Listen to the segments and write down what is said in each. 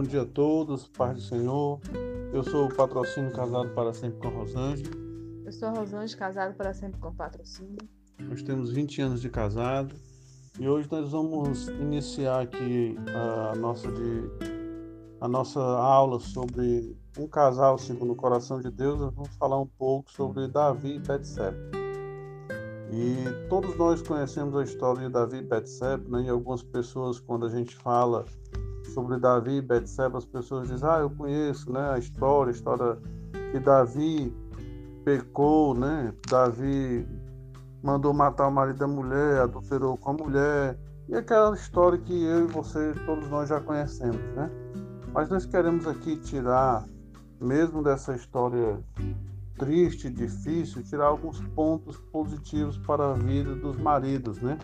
dia a todos, paz do Senhor. Eu sou o Patrocínio, casado para sempre com a Rosângela. Eu sou a Rosângela, casado para sempre com Patrocínio. Nós temos 20 anos de casado e hoje nós vamos iniciar aqui a nossa aula sobre um casal segundo o coração de Deus. Nós vamos falar um pouco sobre Davi e Betseba. E todos nós conhecemos a história de Davi e Betseba, né? E algumas pessoas, quando a gente fala sobre Davi e Betseba, as pessoas dizem: eu conheço, né, a história que Davi pecou, né? Davi mandou matar o marido da mulher, adulterou com a mulher, e aquela história que eu e você, todos nós já conhecemos, né? Mas nós queremos aqui tirar, mesmo dessa história triste, difícil, tirar alguns pontos positivos para a vida dos maridos, né?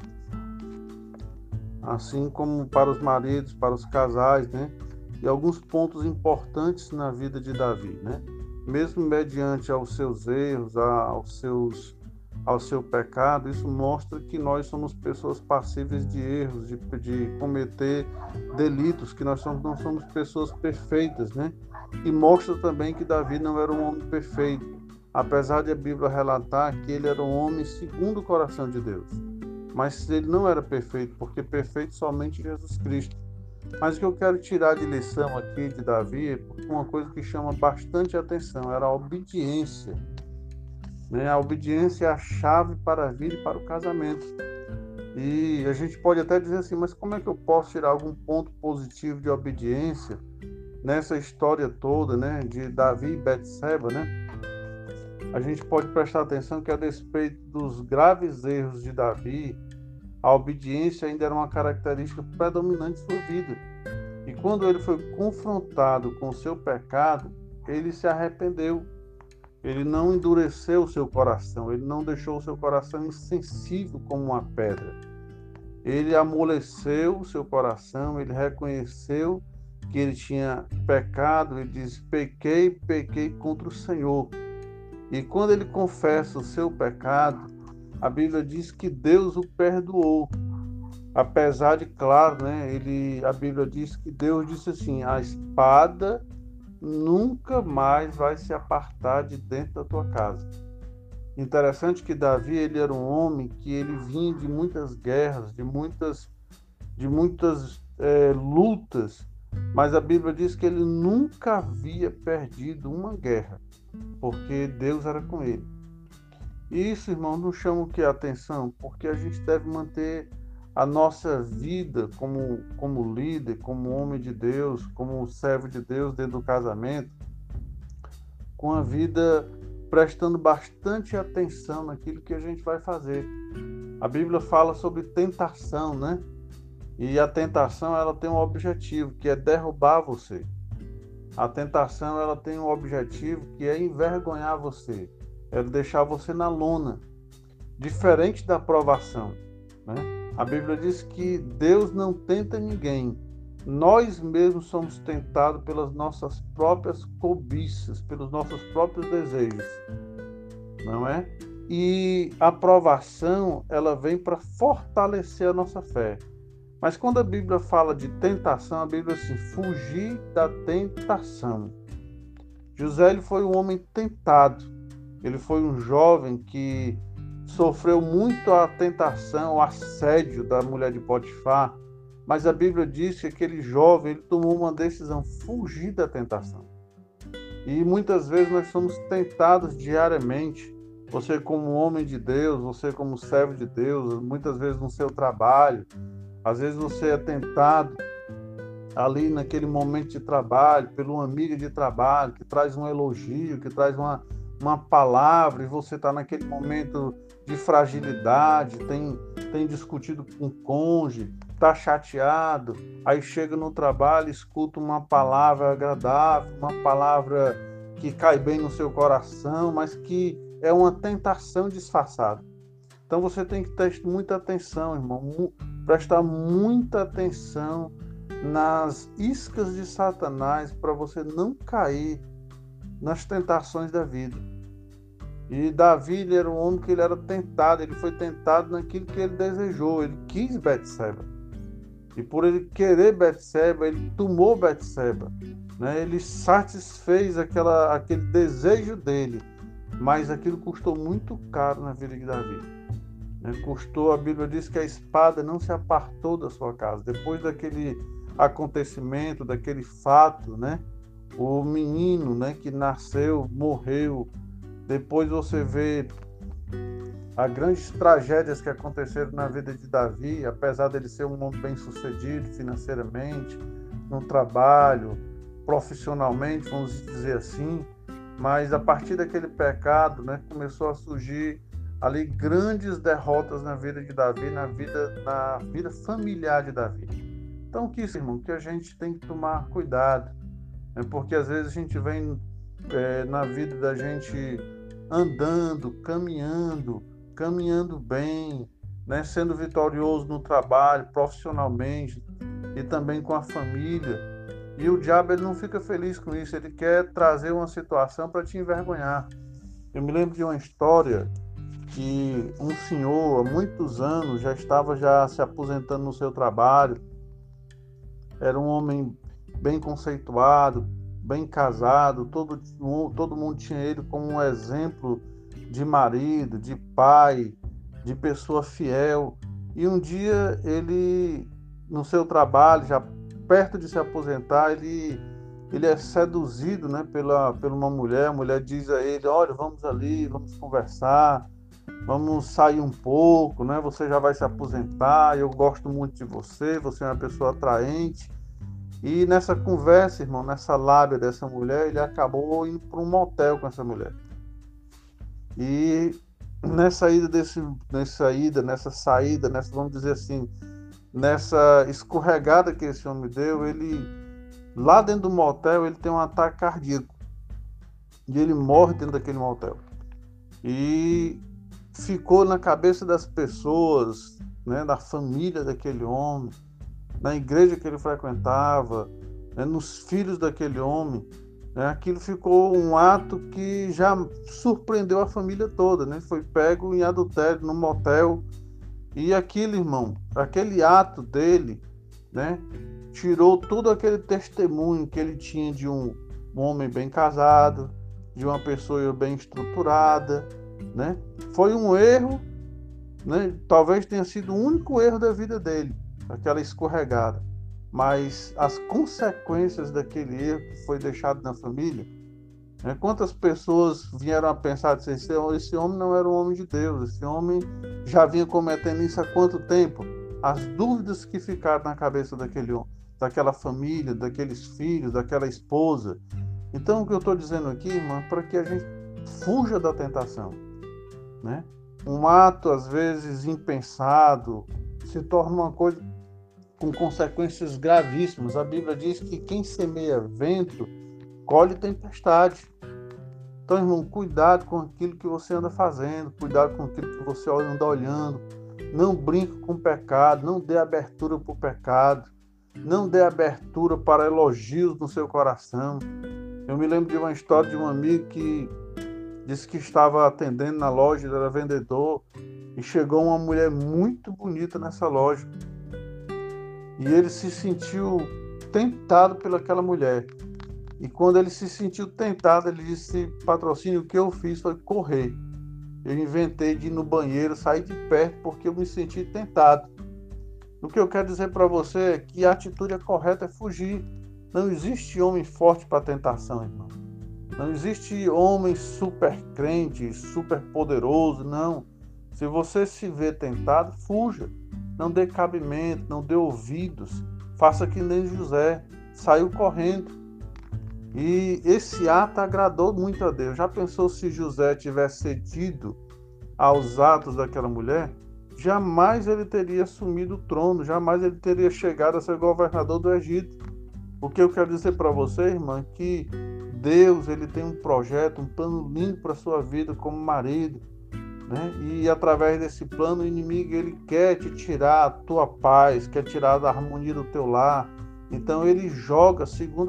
Assim como para os maridos, para os casais, né? E alguns pontos importantes na vida de Davi, né? Mesmo mediante aos seus erros, ao seu pecado, isso mostra que nós somos pessoas passíveis de erros, de cometer delitos, que não somos pessoas perfeitas, né? E mostra também que Davi não era um homem perfeito, apesar de a Bíblia relatar que ele era um homem segundo o coração de Deus. Mas ele não era perfeito, porque perfeito somente Jesus Cristo. Mas o que eu quero tirar de lição aqui de Davi é uma coisa que chama bastante atenção, era a obediência. Né? A obediência é a chave para a vida e para o casamento. E a gente pode até dizer assim, mas como é que eu posso tirar algum ponto positivo de obediência nessa história toda, né, de Davi e Betseba, né? A gente pode prestar atenção que, a despeito dos graves erros de Davi, a obediência ainda era uma característica predominante de sua vida. E quando ele foi confrontado com o seu pecado, ele se arrependeu. Ele não endureceu o seu coração, ele não deixou o seu coração insensível como uma pedra. Ele amoleceu o seu coração, ele reconheceu que ele tinha pecado, ele diz: pequei contra o Senhor. E quando ele confessa o seu pecado, a Bíblia diz que Deus o perdoou. Apesar de, claro, né, a Bíblia diz que Deus disse assim: a espada nunca mais vai se apartar de dentro da tua casa. Interessante que Davi, ele era um homem que ele vinha de muitas guerras, de muitas lutas, mas a Bíblia diz que ele nunca havia perdido uma guerra, porque Deus era com ele. E isso, irmão, nos chama o que? A atenção, porque a gente deve manter a nossa vida como líder, como homem de Deus, como servo de Deus dentro do casamento, com a vida prestando bastante atenção naquilo que a gente vai fazer. A Bíblia fala sobre tentação, né? E a tentação, ela tem um objetivo, que é derrubar você. A tentação, ela tem um objetivo, que é envergonhar você, é deixar você na lona, diferente da aprovação, né? A Bíblia diz que Deus não tenta ninguém. Nós mesmos somos tentados pelas nossas próprias cobiças, pelos nossos próprios desejos, não é? E a aprovação, ela vem para fortalecer a nossa fé. Mas quando a Bíblia fala de tentação, a Bíblia diz assim: fugir da tentação. José, ele foi um homem tentado. Ele foi um jovem que sofreu muito a tentação, o assédio da mulher de Potifar, mas a Bíblia diz que aquele jovem, ele tomou uma decisão: fugir da tentação. E muitas vezes nós somos tentados diariamente. Você como homem de Deus, você como servo de Deus, muitas vezes no seu trabalho, às vezes você é tentado ali naquele momento de trabalho, por uma amiga de trabalho que traz um elogio, que traz uma palavra, e você está naquele momento de fragilidade, tem discutido com o cônjuge, está chateado, aí chega no trabalho, escuta uma palavra agradável, uma palavra que cai bem no seu coração, mas que é uma tentação disfarçada. Então você tem que ter muita atenção, irmão, prestar muita atenção nas iscas de Satanás para você não cair nas tentações da vida. E Davi, ele era um homem que ele era tentado, ele foi tentado naquilo que ele desejou, ele quis Betseba. E por ele querer Betseba, ele tomou Betseba, né? Ele satisfez aquele desejo dele, mas aquilo custou muito caro na vida de Davi. Né? Custou, a Bíblia diz que a espada não se apartou da sua casa. Depois daquele acontecimento, daquele fato, né? O menino, né, que nasceu, morreu. Depois você vê as grandes tragédias que aconteceram na vida de Davi, apesar dele ser um homem bem-sucedido financeiramente, no trabalho, profissionalmente, vamos dizer assim, mas a partir daquele pecado, né, começou a surgir ali grandes derrotas na vida de Davi, na vida familiar de Davi. Então, que isso, irmão, que a gente tem que tomar cuidado, né, porque às vezes a gente vem na vida da gente andando, caminhando bem, né, sendo vitorioso no trabalho, profissionalmente e também com a família. E o diabo ele não fica feliz com isso, ele quer trazer uma situação para te envergonhar. Eu me lembro de uma história que um senhor, há muitos anos, já estava se aposentando no seu trabalho, era um homem bem conceituado, bem casado, todo mundo tinha ele como um exemplo de marido, de pai, de pessoa fiel. E um dia ele, no seu trabalho, já perto de se aposentar, ele é seduzido, né, pela uma mulher. A mulher diz a ele: olha, vamos ali, vamos conversar, vamos sair um pouco, né? Você já vai se aposentar, eu gosto muito de você, você é uma pessoa atraente. E nessa conversa, irmão, nessa lábia dessa mulher, ele acabou indo para um motel com essa mulher. E nessa saída, vamos dizer assim, nessa escorregada que esse homem deu, ele, lá dentro do motel, ele tem um ataque cardíaco. E ele morre dentro daquele motel. E ficou na cabeça das pessoas, né, da família daquele homem, na igreja que ele frequentava, né, nos filhos daquele homem, né, aquilo ficou um ato que já surpreendeu a família toda, né? Foi pego em adultério no motel, e aquilo, irmão, aquele ato dele, né, tirou todo aquele testemunho que ele tinha de um homem bem casado, de uma pessoa bem estruturada, né? Foi um erro, né? Talvez tenha sido o único erro da vida dele, aquela escorregada, mas as consequências daquele erro que foi deixado na família, né? Quantas pessoas vieram a pensar assim, esse homem não era um homem de Deus, esse homem já vinha cometendo isso há quanto tempo? As dúvidas que ficaram na cabeça daquele homem, daquela família, daqueles filhos, daquela esposa. Então o que eu estou dizendo aqui, irmão, é para que a gente fuja da tentação, né? Um ato às vezes impensado se torna uma coisa com consequências gravíssimas. A Bíblia diz que quem semeia vento, colhe tempestade. Então, irmão, cuidado com aquilo que você anda fazendo, cuidado com aquilo que você anda olhando. Não brinque com o pecado, não dê abertura para o pecado, não dê abertura para elogios no seu coração. Eu me lembro de uma história de um amigo que disse que estava atendendo na loja, ele era vendedor, e chegou uma mulher muito bonita nessa loja. E ele se sentiu tentado pelaquela mulher. E quando ele se sentiu tentado, ele disse: patrocínio, o que eu fiz foi correr. Eu inventei de ir no banheiro, sair de perto, porque eu me senti tentado. O que eu quero dizer para você é que a atitude correta é fugir. Não existe homem forte para tentação, irmão. Não existe homem super crente, super poderoso, não. Se você se vê tentado, fuja. Não dê cabimento, não dê ouvidos. Faça que nem José, saiu correndo. E esse ato agradou muito a Deus. Já pensou se José tivesse cedido aos atos daquela mulher? Jamais ele teria assumido o trono, jamais ele teria chegado a ser governador do Egito. O que eu quero dizer para você, irmã, é que Deus ele tem um projeto, um plano lindo para a sua vida como marido, né? E através desse plano, o inimigo ele quer te tirar a tua paz, quer tirar a harmonia do teu lar. Então ele joga segundo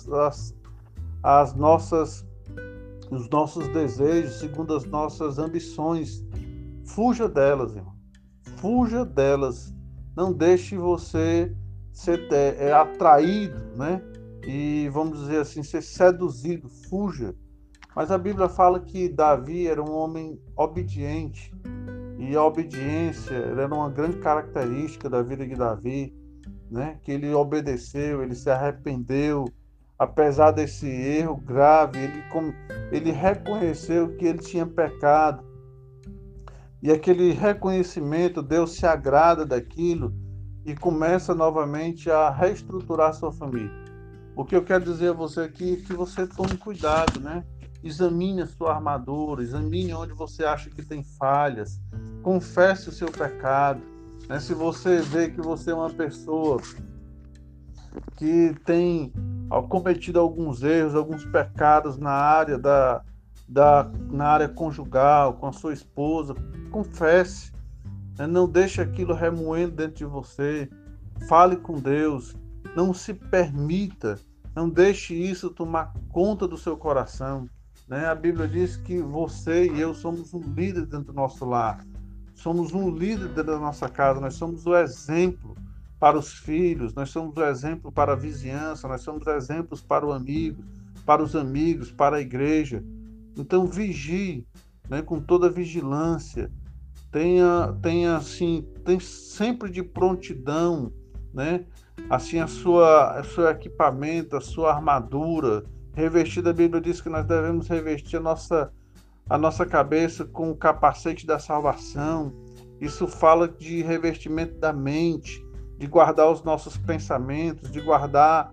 os nossos desejos, segundo as nossas ambições. Fuja delas, irmão. Fuja delas. Não deixe você ser atraído, né? E vamos dizer assim, ser seduzido, fuja. Mas a Bíblia fala que Davi era um homem obediente, e a obediência era uma grande característica da vida de Davi, né? Que ele obedeceu, ele se arrependeu, apesar desse erro grave, ele reconheceu que ele tinha pecado, e aquele reconhecimento, Deus se agrada daquilo e começa novamente a reestruturar sua família. O que eu quero dizer a você aqui é que você tome cuidado, né? Examine a sua armadura, examine onde você acha que tem falhas, confesse o seu pecado, né? Se você vê que você é uma pessoa que tem cometido alguns erros, alguns pecados na área na área conjugal, com a sua esposa, confesse, né? Não deixe aquilo remoendo dentro de você, fale com Deus, não se permita, não deixe isso tomar conta do seu coração, né? A Bíblia diz que você e eu somos um líder dentro do nosso lar, somos um líder dentro da nossa casa, nós somos o exemplo para os filhos, nós somos o exemplo para a vizinhança, nós somos exemplos para o amigo, para os amigos, para a igreja. Então vigie, né, com toda vigilância, tenha sempre de prontidão, né, assim seu equipamento, a sua armadura revestida. A Bíblia diz que nós devemos revestir a nossa cabeça com o capacete da salvação. Isso fala de revestimento da mente, de guardar os nossos pensamentos, de guardar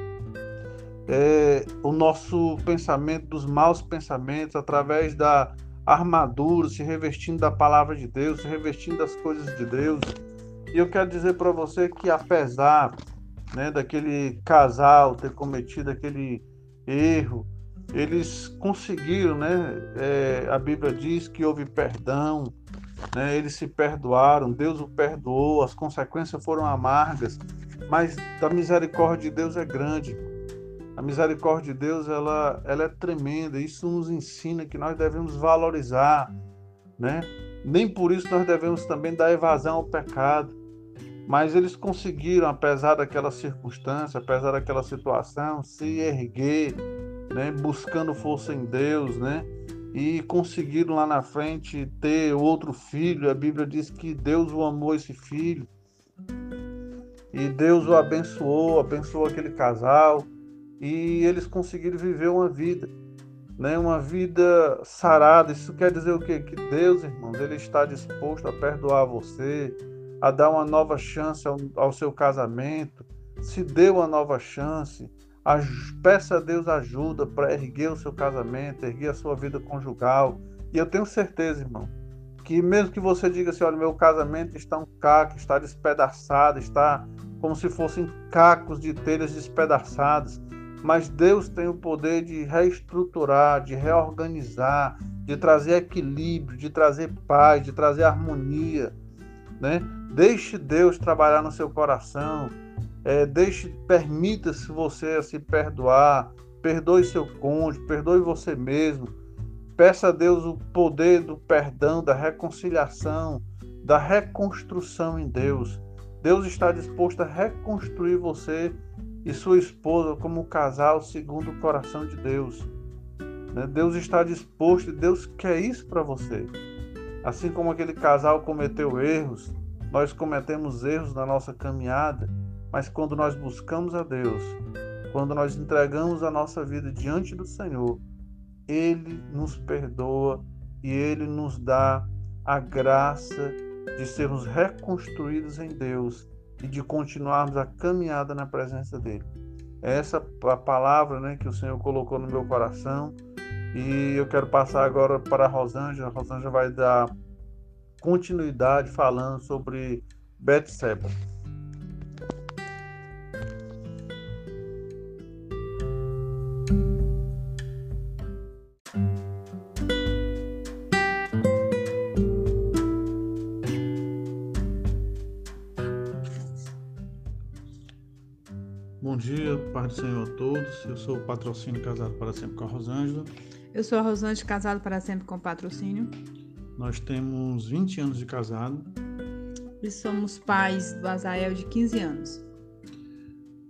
o nosso pensamento dos maus pensamentos através da armadura, se revestindo da palavra de Deus, se revestindo das coisas de Deus. E eu quero dizer para você que apesar, né, daquele casal ter cometido aquele erro, eles conseguiram, né? A Bíblia diz que houve perdão, né? Eles se perdoaram, Deus o perdoou, as consequências foram amargas, mas a misericórdia de Deus é grande. A misericórdia de Deus, ela é tremenda. Isso nos ensina que nós devemos valorizar, né? Nem por isso nós devemos também dar evasão ao pecado. Mas eles conseguiram, apesar daquela circunstância, apesar daquela situação, se erguer, né? Buscando força em Deus, né? E conseguiram lá na frente ter outro filho. A Bíblia diz que Deus o amou, esse filho, e Deus o abençoou aquele casal. E eles conseguiram viver uma vida, né? Uma vida sarada. Isso quer dizer o quê? Que Deus, irmãos, Ele está disposto a perdoar você, a dar uma nova chance ao seu casamento. Se dê uma nova chance, peça a Deus ajuda para erguer o seu casamento, erguer a sua vida conjugal. E eu tenho certeza, irmão, que mesmo que você diga assim, olha, meu casamento está um caco, está despedaçado, está como se fossem cacos de telhas despedaçadas, mas Deus tem o poder de reestruturar, de reorganizar, de trazer equilíbrio, de trazer paz, de trazer harmonia, né? Deixe Deus trabalhar no seu coração, permita-se você se perdoar, perdoe seu cônjuge, perdoe você mesmo, peça a Deus o poder do perdão, da reconciliação, da reconstrução em Deus. Deus está disposto a reconstruir você e sua esposa como um casal segundo o coração de Deus. Deus está disposto e Deus quer isso para você. Assim como aquele casal cometeu erros, nós cometemos erros na nossa caminhada, mas quando nós buscamos a Deus, quando nós entregamos a nossa vida diante do Senhor, Ele nos perdoa e Ele nos dá a graça de sermos reconstruídos em Deus e de continuarmos a caminhada na presença dele. Essa é a palavra, né, que o Senhor colocou no meu coração. E eu quero passar agora para a Rosângela. A Rosângela vai dar continuidade falando sobre Betseba. Bom dia, paz do Senhor a todos. Eu sou o Patrocínio Casado para Sempre com a Rosângela. Eu sou a Rosângela, casado para sempre com Patrocínio. Nós temos 20 anos de casado. E somos pais do Azael de 15 anos.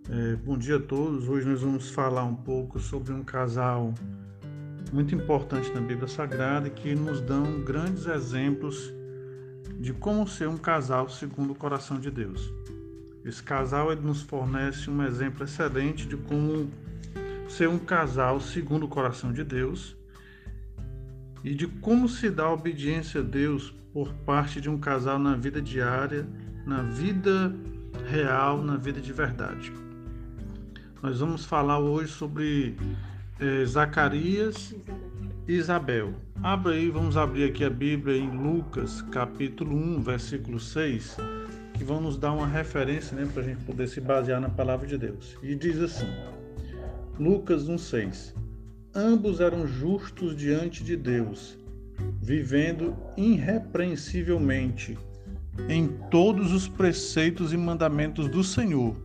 Bom dia a todos. Hoje nós vamos falar um pouco sobre um casal muito importante na Bíblia Sagrada que nos dão grandes exemplos de como ser um casal segundo o coração de Deus. Esse casal ele nos fornece um exemplo excelente de como ser um casal segundo o coração de Deus e de como se dá a obediência a Deus por parte de um casal na vida diária, na vida real, na vida de verdade. Nós vamos falar hoje sobre Zacarias e Isabel. Vamos abrir aqui a Bíblia em Lucas, capítulo 1, versículo 6, que vão nos dar uma referência, para a gente poder se basear na palavra de Deus. E diz assim, Lucas 1,6: Ambos eram justos diante de Deus, vivendo irrepreensivelmente em todos os preceitos e mandamentos do Senhor.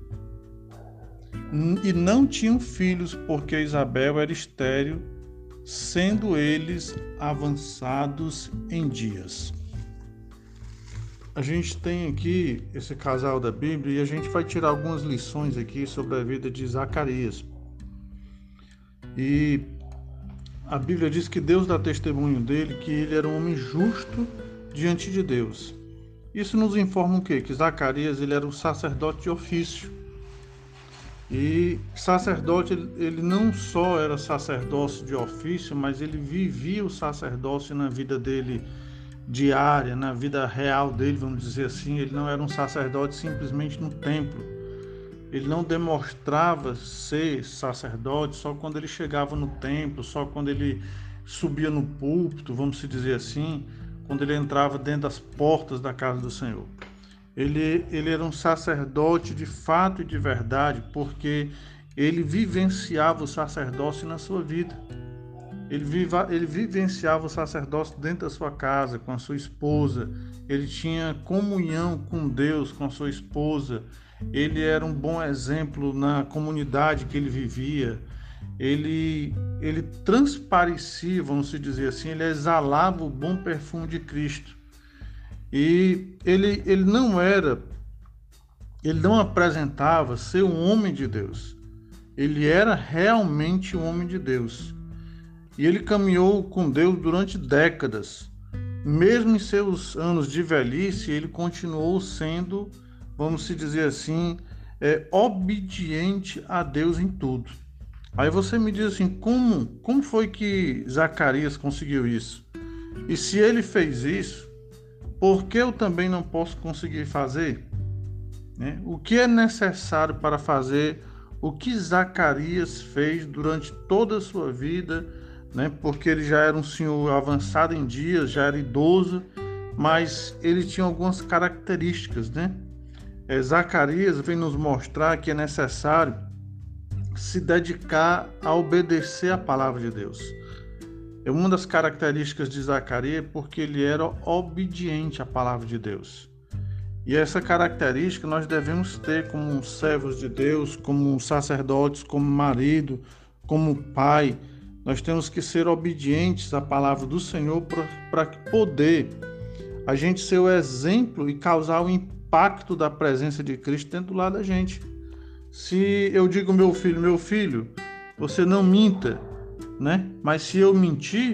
E não tinham filhos, porque Isabel era estéril, sendo eles avançados em dias. A gente tem aqui esse casal da Bíblia e a gente vai tirar algumas lições aqui sobre a vida de Zacarias. E a Bíblia diz que Deus dá testemunho dele, que ele era um homem justo diante de Deus. Isso nos informa o quê? Que Zacarias ele era um sacerdote de ofício. E sacerdote, ele não só era sacerdócio de ofício, mas ele vivia o sacerdócio na vida dele diária, na vida real dele, vamos dizer assim. Ele não era um sacerdote simplesmente no templo. Ele não demonstrava ser sacerdote só quando ele chegava no templo, só quando ele subia no púlpito, vamos dizer assim, quando ele entrava dentro das portas da casa do Senhor. Ele era um sacerdote de fato e de verdade, porque ele vivenciava o sacerdócio na sua vida. Ele vivenciava o sacerdócio dentro da sua casa, com a sua esposa. Ele tinha comunhão com Deus, com a sua esposa. Ele era um bom exemplo na comunidade que ele vivia. Ele transparecia, vamos dizer assim, ele exalava o bom perfume de Cristo. E ele não apresentava ser um homem de Deus. Ele era realmente um homem de Deus. E ele caminhou com Deus durante décadas. Mesmo em seus anos de velhice, ele continuou sendo, vamos dizer assim, obediente a Deus em tudo. Aí você me diz assim, como foi que Zacarias conseguiu isso? E se ele fez isso, por que eu também não posso conseguir fazer? O que é necessário para fazer o que Zacarias fez durante toda a sua vida, porque ele já era um senhor avançado em dias, já era idoso, mas ele tinha algumas características. Zacarias vem nos mostrar que é necessário se dedicar a obedecer a palavra de Deus. Uma das características de Zacarias é porque ele era obediente à palavra de Deus. E essa característica nós devemos ter como servos de Deus, como sacerdotes, como marido, como pai. Nós temos que ser obedientes à palavra do Senhor para poder a gente ser o exemplo e causar o impacto da presença de Cristo dentro do lado da gente. Se eu digo meu filho, você não minta, mas se eu mentir,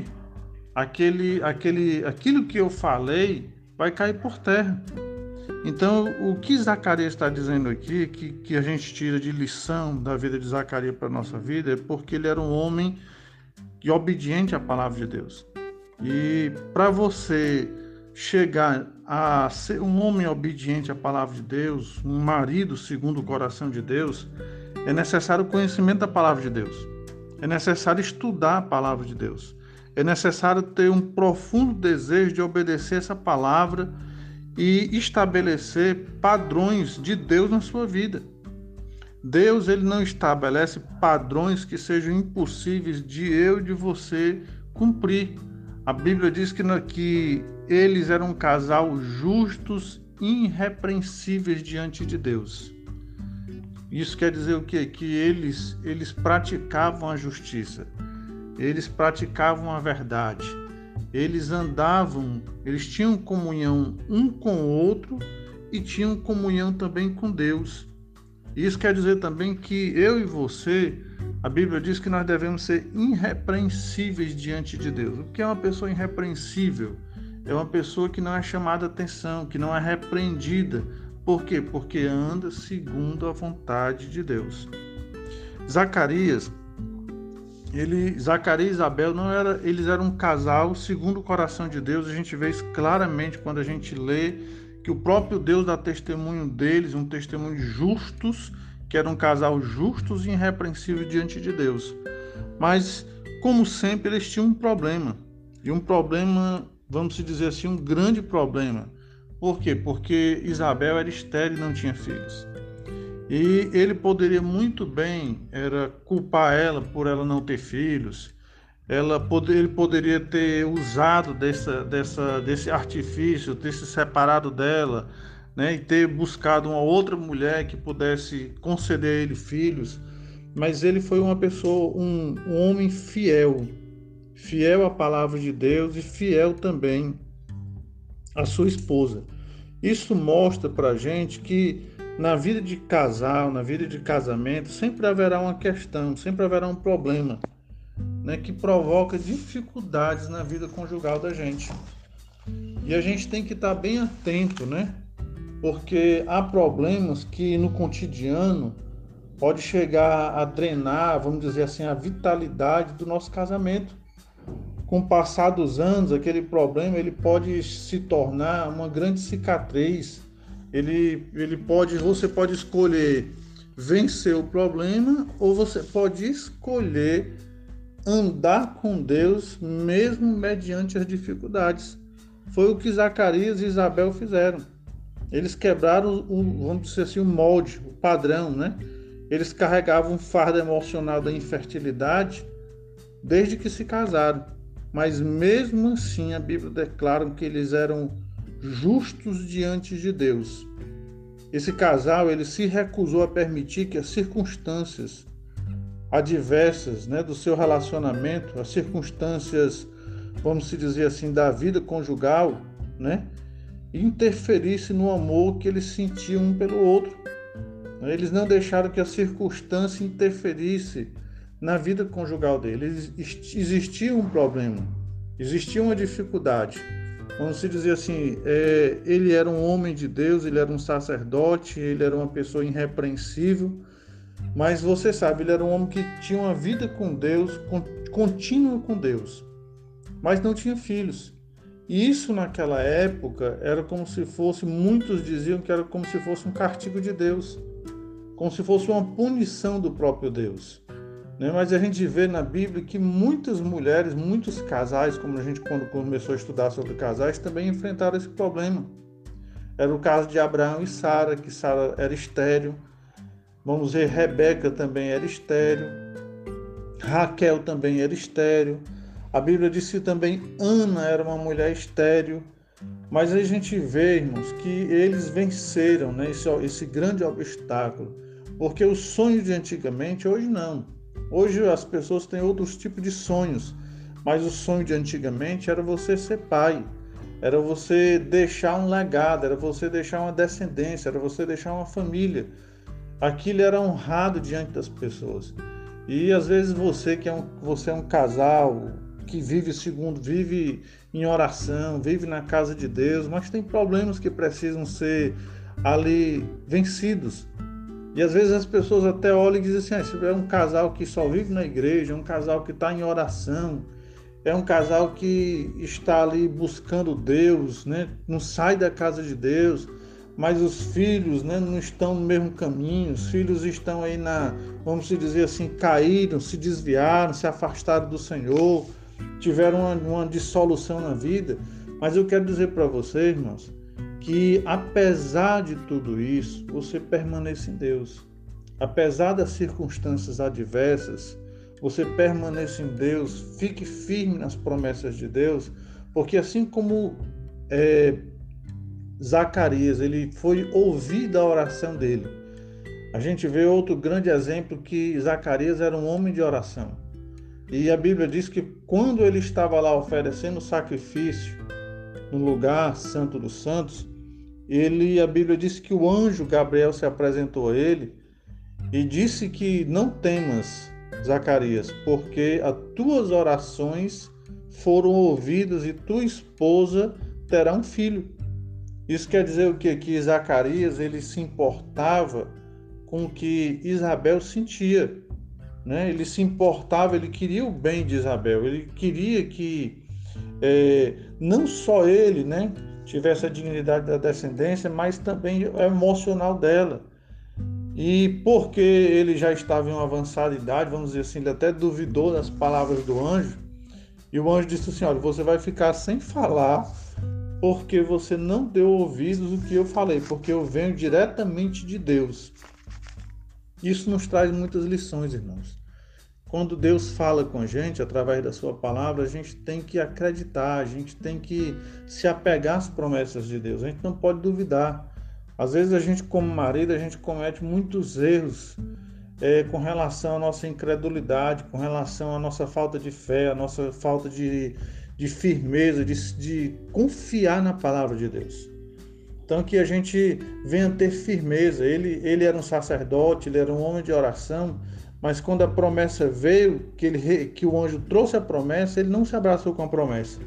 aquilo que eu falei vai cair por terra. Então, o que Zacarias está dizendo aqui, que a gente tira de lição da vida de Zacarias para a nossa vida, é porque ele era um homem obediente à palavra de Deus. E para você chegar a ser um homem obediente à palavra de Deus, um marido segundo o coração de Deus, é necessário o conhecimento da palavra de Deus. É necessário estudar a palavra de Deus. É necessário ter um profundo desejo de obedecer essa palavra e estabelecer padrões de Deus na sua vida. Deus ele não estabelece padrões que sejam impossíveis de eu e de você cumprir. A Bíblia diz que eles eram um casal justos, irrepreensíveis diante de Deus. Isso quer dizer o quê? Que eles praticavam a justiça, eles praticavam a verdade, eles tinham comunhão um com o outro e tinham comunhão também com Deus. Isso quer dizer também que eu e você, a Bíblia diz que nós devemos ser irrepreensíveis diante de Deus. O que é uma pessoa irrepreensível? É uma pessoa que não é chamada atenção, que não é repreendida. Por quê? Porque anda segundo a vontade de Deus. Zacarias e Isabel eles eram um casal segundo o coração de Deus. A gente vê isso claramente quando a gente lê que o próprio Deus dá testemunho deles, um testemunho justos, que era um casal justos e irrepreensível diante de Deus. Mas, como sempre, eles tinham um problema. E um problema, vamos dizer assim, um grande problema. Por quê? Porque Isabel era estéril e não tinha filhos. E ele poderia muito bem culpar ela por ela não ter filhos. Ele poderia ter usado desse artifício, ter se separado dela, né, e ter buscado uma outra mulher que pudesse conceder a ele filhos. Mas ele foi uma pessoa, um homem fiel à palavra de Deus e fiel também à sua esposa. Isso mostra para a gente que na vida de casal, na vida de casamento, sempre haverá uma questão, sempre haverá um problema, né, que provoca dificuldades na vida conjugal da gente. E a gente tem que estar bem atento, né? Porque há problemas que no cotidiano pode chegar a drenar, vamos dizer assim, a vitalidade do nosso casamento. Com o passar dos anos, aquele problema ele pode se tornar uma grande cicatriz. Você pode escolher vencer o problema ou você pode escolher andar com Deus mesmo mediante as dificuldades. Foi o que Zacarias e Isabel fizeram. Eles quebraram vamos dizer assim, o molde, o padrão, né? Eles carregavam um fardo emocional da infertilidade desde que se casaram. Mas mesmo assim a Bíblia declara que eles eram justos diante de Deus. Esse casal ele se recusou a permitir que as circunstâncias adversas, né, do seu relacionamento, as circunstâncias, vamos dizer assim, da vida conjugal, né, interferisse no amor que eles sentiam um pelo outro. Eles não deixaram que a circunstância interferisse na vida conjugal deles. Existia um problema, existia uma dificuldade. Vamos dizer assim, ele era um homem de Deus, ele era um sacerdote, ele era uma pessoa irrepreensível, mas você sabe, ele era um homem que tinha uma vida com Deus, contínua com Deus, mas não tinha filhos. E isso naquela época era como se fosse, muitos diziam que era como se fosse um castigo de Deus, como se fosse uma punição do próprio Deus. Mas a gente vê na Bíblia que muitas mulheres, muitos casais, como a gente quando começou a estudar sobre casais, também enfrentaram esse problema. Era o caso de Abraão e Sara, que Sara era estéril. Vamos ver, Rebeca também era estéril. Raquel também era estéril. A Bíblia diz que também Ana era uma mulher estéril. Mas a gente vê, irmãos, que eles venceram, né, esse grande obstáculo. Porque os sonhos de antigamente, hoje não. Hoje as pessoas têm outros tipos de sonhos, mas o sonho de antigamente era você ser pai, era você deixar um legado, era você deixar uma descendência, era você deixar uma família. Aquilo era honrado diante das pessoas. E às vezes você é um casal que vive em oração, vive na casa de Deus, mas tem problemas que precisam ser ali vencidos. E às vezes as pessoas até olham e dizem assim, é um casal que só vive na igreja, é um casal que está em oração, é um casal que está ali buscando Deus, né? Não sai da casa de Deus, mas os filhos, né, não estão no mesmo caminho, os filhos estão aí vamos dizer assim, caíram, se desviaram, se afastaram do Senhor, tiveram uma dissolução na vida. Mas eu quero dizer para vocês, irmãos, que apesar de tudo isso, você permaneça em Deus. Apesar das circunstâncias adversas, você permaneça em Deus, fique firme nas promessas de Deus, porque assim como Zacarias, ele foi ouvida a oração dele. A gente vê outro grande exemplo que Zacarias era um homem de oração. E a Bíblia diz que quando ele estava lá oferecendo sacrifício no lugar santo dos santos, a Bíblia diz que o anjo Gabriel se apresentou a ele E disse que não temas, Zacarias, porque as tuas orações foram ouvidas e tua esposa terá um filho. Isso quer dizer o quê? Que Zacarias ele se importava com o que Isabel sentia, né? Ele se importava, ele queria o bem de Isabel, ele queria que não só ele, né, tivesse a dignidade da descendência, mas também o emocional dela. E porque ele já estava em uma avançada idade, vamos dizer assim, ele até duvidou das palavras do anjo, e o anjo disse assim: olha, você vai ficar sem falar, porque você não deu ouvidos ao que eu falei, porque eu venho diretamente de Deus. Isso nos traz muitas lições, irmãos. Quando Deus fala com a gente através da sua palavra, a gente tem que acreditar, a gente tem que se apegar às promessas de Deus, a gente não pode duvidar. Às vezes a gente, como marido, a gente comete muitos erros com relação à nossa incredulidade, com relação à nossa falta de fé, à nossa falta de firmeza, de confiar na palavra de Deus. Então que a gente venha ter firmeza. Ele era um sacerdote, ele era um homem de oração, mas quando a promessa veio, que o anjo trouxe a promessa, ele não se abraçou com a promessa.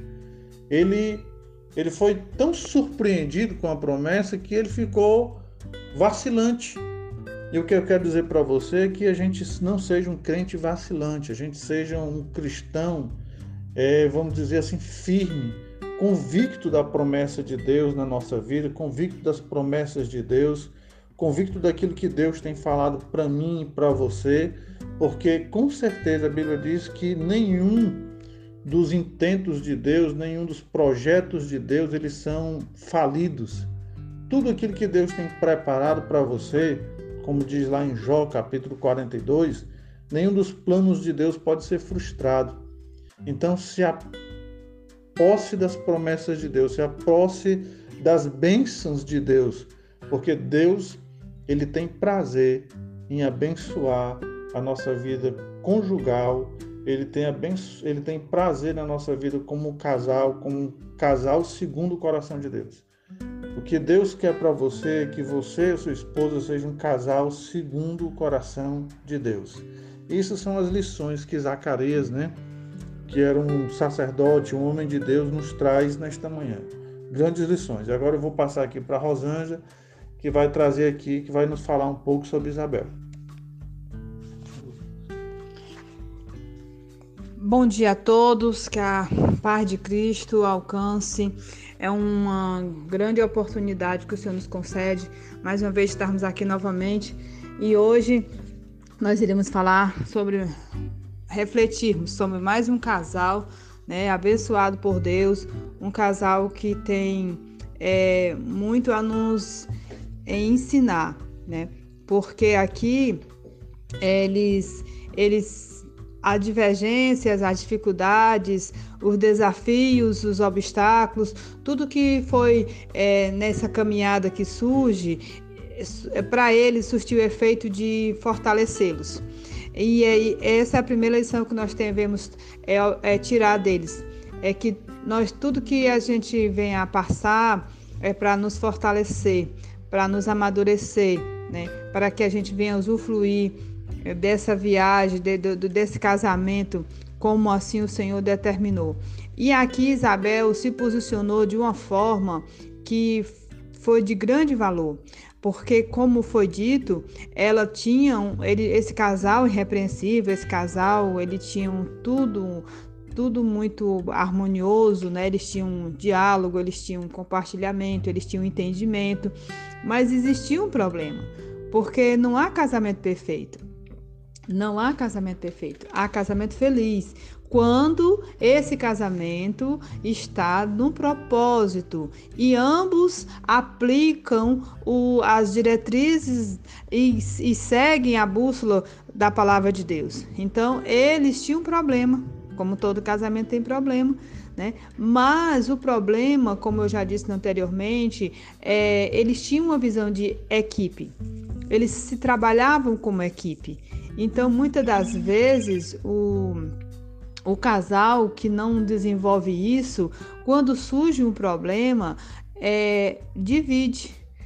Ele foi tão surpreendido com a promessa que ele ficou vacilante. E o que eu quero dizer para você é que a gente não seja um crente vacilante, a gente seja um cristão, vamos dizer assim, firme, convicto da promessa de Deus na nossa vida, convicto das promessas de Deus, convicto daquilo que Deus tem falado para mim e para você, porque com certeza a Bíblia diz que nenhum dos intentos de Deus, nenhum dos projetos de Deus, eles são falidos. Tudo aquilo que Deus tem preparado para você, como diz lá em Jó, capítulo 42, nenhum dos planos de Deus pode ser frustrado. Então, se aposse das promessas de Deus, se aposse das bênçãos de Deus, porque Deus, ele tem prazer em abençoar a nossa vida conjugal, ele tem prazer na nossa vida como um casal segundo o coração de Deus. O que Deus quer para você é que você e sua esposa sejam um casal segundo o coração de Deus. Isso são as lições que Zacarias, né, que era um sacerdote, um homem de Deus, nos traz nesta manhã. Grandes lições. Agora eu vou passar aqui para a Rosângela, que vai trazer aqui, que vai nos falar um pouco sobre Isabel. Bom dia a todos, que a paz de Cristo alcance. É uma grande oportunidade que o Senhor nos concede, mais uma vez estarmos aqui novamente. E hoje nós iremos refletirmos sobre mais um casal, né, abençoado por Deus, um casal que tem muito a nos ensinar, né? Porque aqui as divergências, as dificuldades, os desafios, os obstáculos, tudo que foi nessa caminhada que surge, para eles surtiu o efeito de fortalecê-los. E essa é a primeira lição que nós devemos tirar deles. É que tudo que a gente vem a passar é para nos fortalecer, para nos amadurecer, né? Para que a gente venha usufruir dessa viagem, desse casamento, como assim o Senhor determinou. E aqui Isabel se posicionou de uma forma que foi de grande valor, porque, como foi dito, ela tinha esse casal irrepreensível, esse casal, ele tinha tudo muito harmonioso, né? Eles tinham um diálogo, eles tinham um compartilhamento, eles tinham um entendimento, mas existia um problema, porque não há casamento perfeito. Não há casamento perfeito, há casamento feliz, quando esse casamento está no propósito e ambos aplicam as diretrizes e seguem a bússola da palavra de Deus. Então, eles tinham um problema, como todo casamento tem problema, né? Mas o problema, como eu já disse anteriormente, eles tinham uma visão de equipe, eles se trabalhavam como equipe. Então, muitas das vezes, o casal que não desenvolve isso, quando surge um problema, divide.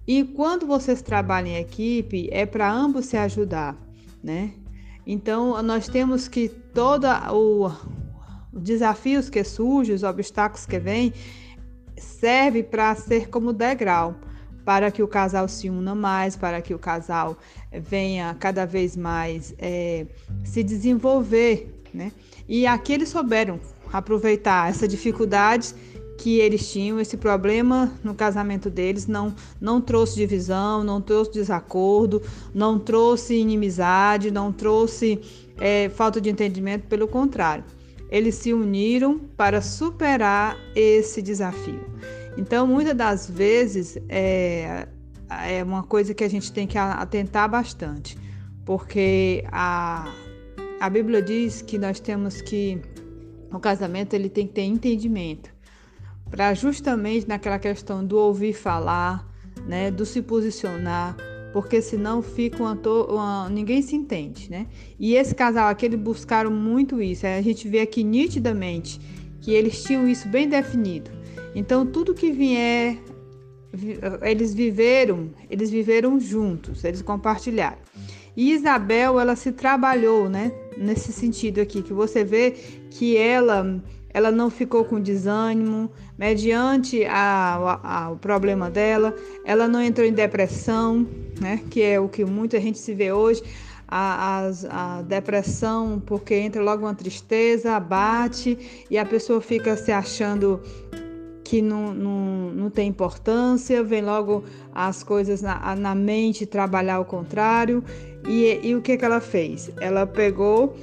E quando vocês trabalham em equipe, é para ambos se ajudar, né? Então, nós temos que os desafios que surgem, os obstáculos que vêm, serve para ser como degrau, para que o casal se una mais, para que o casal venha cada vez mais se desenvolver, né? E aqui eles souberam aproveitar essa dificuldade que eles tinham, esse problema no casamento deles não trouxe divisão, não trouxe desacordo, não trouxe inimizade, não trouxe falta de entendimento, pelo contrário. Eles se uniram para superar esse desafio. Então, muitas das vezes, é uma coisa que a gente tem que atentar bastante, porque a Bíblia diz que nós temos que, o casamento ele tem que ter entendimento, para justamente naquela questão do ouvir falar, né, do se posicionar, porque senão fica ninguém se entende, né? E esse casal aqui, eles buscaram muito isso. A gente vê aqui nitidamente que eles tinham isso bem definido. Então, tudo que vier, eles viveram juntos, eles compartilharam. E Isabel, ela se trabalhou, né? Nesse sentido aqui, que você vê que ela não ficou com desânimo, mediante o problema dela, ela não entrou em depressão, né? Que é o que muita gente se vê hoje, a depressão, porque entra logo uma tristeza, abate, e a pessoa fica se achando que não tem importância, vem logo as coisas na mente trabalhar ao contrário, e o que ela fez? Ela pegou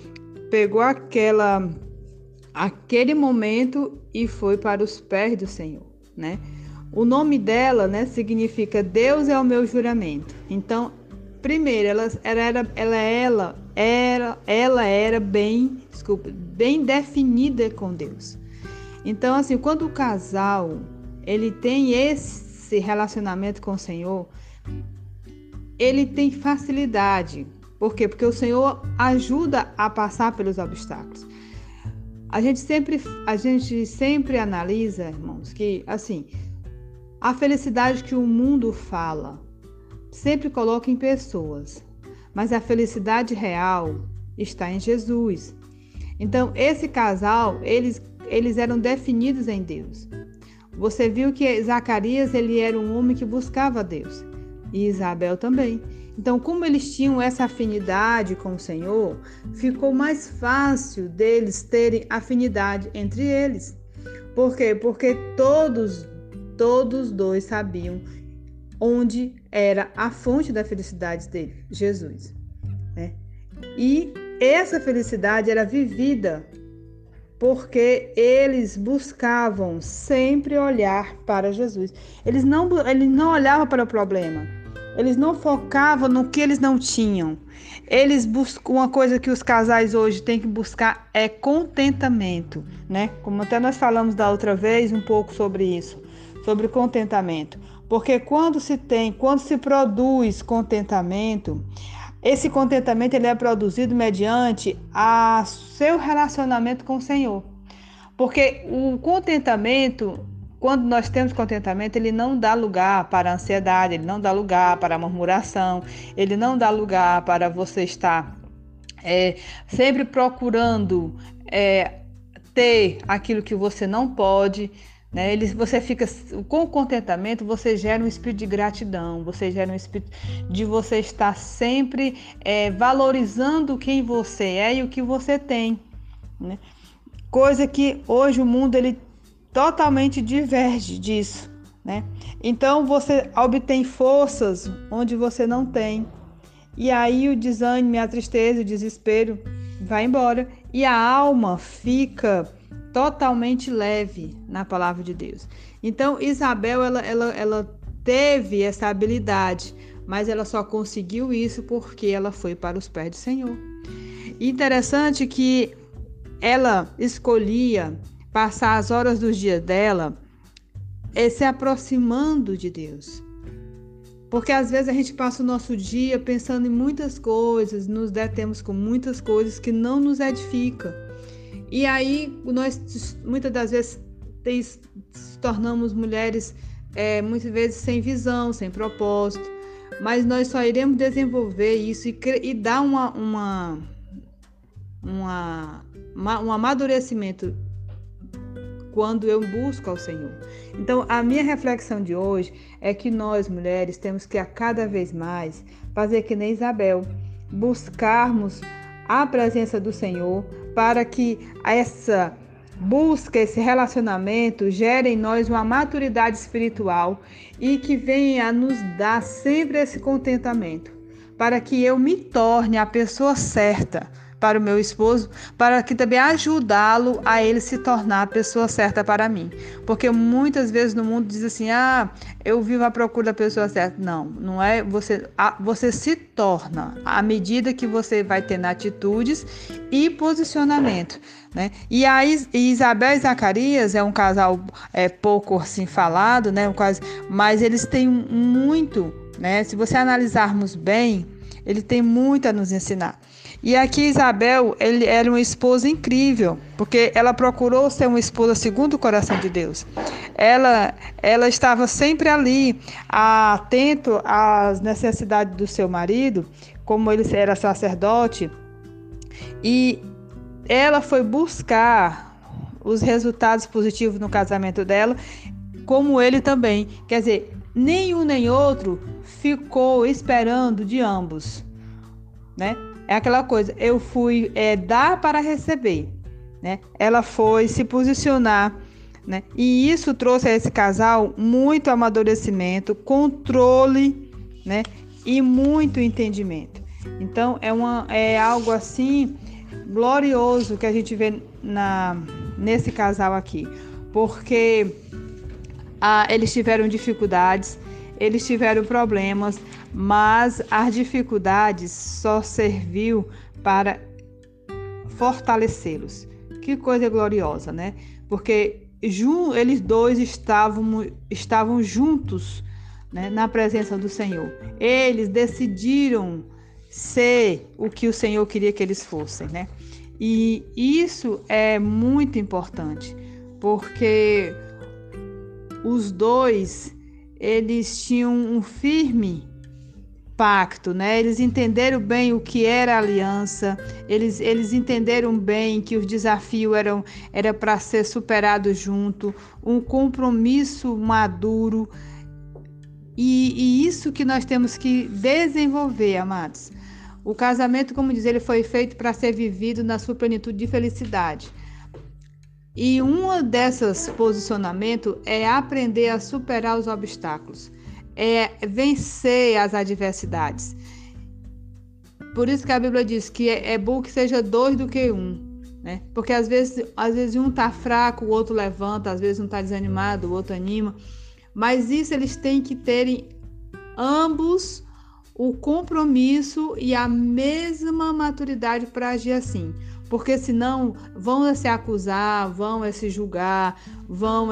aquele momento e foi para os pés do Senhor, né? O nome dela, né, significa Deus é o meu juramento. Então, primeiro, ela era bem definida com Deus. Então, assim, quando o casal ele tem esse relacionamento com o Senhor, ele tem facilidade. Por quê? Porque o Senhor ajuda a passar pelos obstáculos. A gente sempre analisa, irmãos, que assim, a felicidade que o mundo fala sempre coloca em pessoas, mas a felicidade real está em Jesus. Então, esse casal, eles eram definidos em Deus. Você viu que Zacarias, ele era um homem que buscava Deus, e Isabel também. Então, como eles tinham essa afinidade com o Senhor, ficou mais fácil deles terem afinidade entre eles. Por quê? Porque todos dois sabiam onde era a fonte da felicidade dele, Jesus, né? E essa felicidade era vivida porque eles buscavam sempre olhar para Jesus. Eles não olhavam para o problema. Eles não focavam no que eles não tinham. Eles buscam uma coisa que os casais hoje têm que buscar é contentamento, né? Como até nós falamos da outra vez um pouco sobre isso, sobre contentamento. Porque quando se produz contentamento, esse contentamento ele é produzido mediante seu relacionamento com o Senhor. Porque o contentamento, quando nós temos contentamento, ele não dá lugar para a ansiedade, ele não dá lugar para a murmuração, ele não dá lugar para você estar sempre procurando ter aquilo que você não pode, né? Você fica com o contentamento, você gera um espírito de gratidão, você gera um espírito de você estar sempre valorizando quem você é e o que você tem, né? Coisa que hoje o mundo ele totalmente diverge disso, né? Então você obtém forças onde você não tem, e aí o desânimo, a tristeza, o desespero vai embora e a alma fica totalmente leve na palavra de Deus. Então Isabel ela teve essa habilidade, mas ela só conseguiu isso porque ela foi para os pés do Senhor. E interessante que ela escolhia passar as horas do dia dela se aproximando de Deus. Porque às vezes a gente passa o nosso dia pensando em muitas coisas, nos detemos com muitas coisas que não nos edificam. E aí nós muitas das vezes tornamos mulheres muitas vezes sem visão, sem propósito, mas nós só iremos desenvolver isso e dar um amadurecimento quando eu busco ao Senhor. Então, a minha reflexão de hoje é que nós, mulheres, temos que a cada vez mais fazer que nem Isabel, buscarmos a presença do Senhor para que essa busca, esse relacionamento gere em nós uma maturidade espiritual e que venha a nos dar sempre esse contentamento, para que eu me torne a pessoa certa para o meu esposo, para que também ajudá-lo a ele se tornar a pessoa certa para mim. Porque muitas vezes no mundo diz assim, eu vivo à procura da pessoa certa. Não, não é você se torna à medida que você vai tendo atitudes e posicionamento, né? E a Isabel e Zacarias é um casal pouco assim falado, né? Mas eles têm muito, né? Se você analisarmos bem, ele tem muito a nos ensinar. E aqui Isabel, ele era uma esposa incrível, porque ela procurou ser uma esposa segundo o coração de Deus. Ela estava sempre ali, atento às necessidades do seu marido, como ele era sacerdote, e ela foi buscar os resultados positivos no casamento dela, como ele também. Quer dizer, nenhum nem outro ficou esperando de ambos, né? É aquela coisa, eu fui dar para receber, né? Ela foi se posicionar, né? E isso trouxe a esse casal muito amadurecimento, controle, né? E muito entendimento. Então, é algo assim glorioso que a gente vê nesse casal aqui, porque eles tiveram dificuldades, eles tiveram problemas, mas as dificuldades só serviu para fortalecê-los. Que coisa gloriosa, né? Porque eles dois estavam juntos, né, na presença do Senhor. Eles decidiram ser o que o Senhor queria que eles fossem, né? E isso é muito importante, porque os dois, eles tinham um firme pacto, né? Eles entenderam bem o que era a aliança, eles entenderam bem que os desafios era para ser superado junto, um compromisso maduro, e isso que nós temos que desenvolver, amados. O casamento, como diz, ele foi feito para ser vivido na sua plenitude de felicidade. E um desses posicionamentos é aprender a superar os obstáculos, é vencer as adversidades. Por isso que a Bíblia diz que é bom que seja dois do que um, né? Porque às vezes um está fraco, o outro levanta, às vezes um está desanimado, o outro anima. Mas isso eles têm que terem ambos o compromisso e a mesma maturidade para agir assim. Porque senão vão se acusar, vão se julgar, vão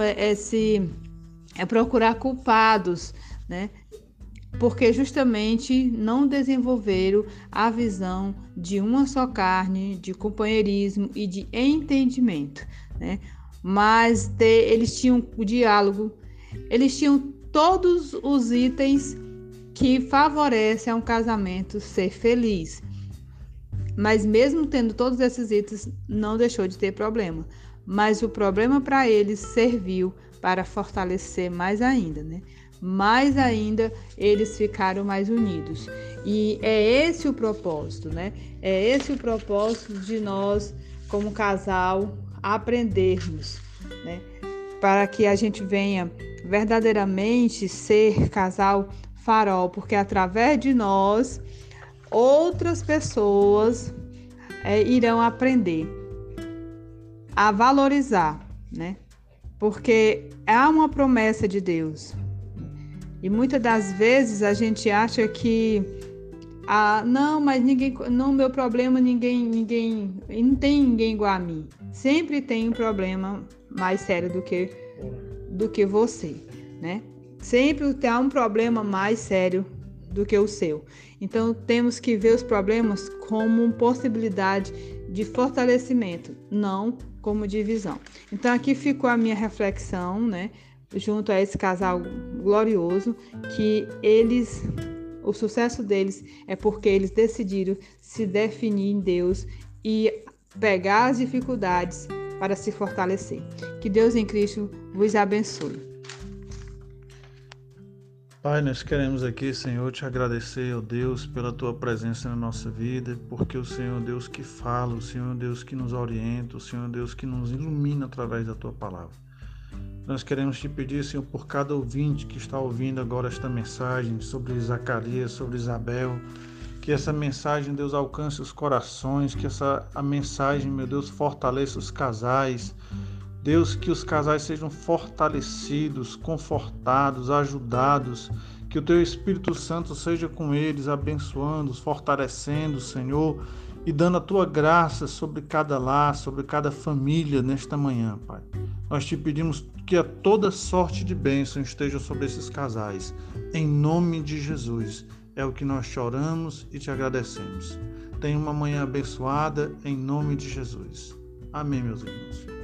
procurar culpados, né? Porque justamente não desenvolveram a visão de uma só carne, de companheirismo e de entendimento, né? Mas eles tinham o diálogo, eles tinham todos os itens que favorecem a um casamento ser feliz. Mas mesmo tendo todos esses itens, não deixou de ter problema. Mas o problema para eles serviu para fortalecer mais ainda, né? Mais ainda, eles ficaram mais unidos. E é esse o propósito, né? É esse o propósito de nós, como casal, aprendermos, né? Para que a gente venha verdadeiramente ser casal farol, porque através de nós, outras pessoas irão aprender a valorizar, né? Porque há uma promessa de Deus. E muitas das vezes a gente acha que não, mas meu problema não tem ninguém igual a mim. Sempre tem um problema mais sério do que você, né? Sempre há um problema mais sério do que o seu. Então temos que ver os problemas como uma possibilidade de fortalecimento, não como divisão. Então aqui ficou a minha reflexão, né? junto a esse casal glorioso, que o sucesso deles é porque eles decidiram se definir em Deus e pegar as dificuldades para se fortalecer. Que Deus em Cristo vos abençoe. Pai, nós queremos aqui, Senhor, te agradecer, ó Deus, pela tua presença na nossa vida, porque o Senhor é o Deus que fala, o Senhor é o Deus que nos orienta, o Senhor é o Deus que nos ilumina através da tua palavra. Nós queremos te pedir, Senhor, por cada ouvinte que está ouvindo agora esta mensagem sobre Zacarias, sobre Isabel, que essa mensagem, Deus, alcance os corações, que a mensagem, meu Deus, fortaleça os casais. Deus, que os casais sejam fortalecidos, confortados, ajudados, que o teu Espírito Santo seja com eles, abençoando-os, fortalecendo, Senhor, e dando a tua graça sobre cada lar, sobre cada família nesta manhã, Pai. Nós te pedimos que a toda sorte de bênção esteja sobre esses casais, em nome de Jesus. É o que nós te oramos e te agradecemos. Tenha uma manhã abençoada, em nome de Jesus. Amém, meus irmãos.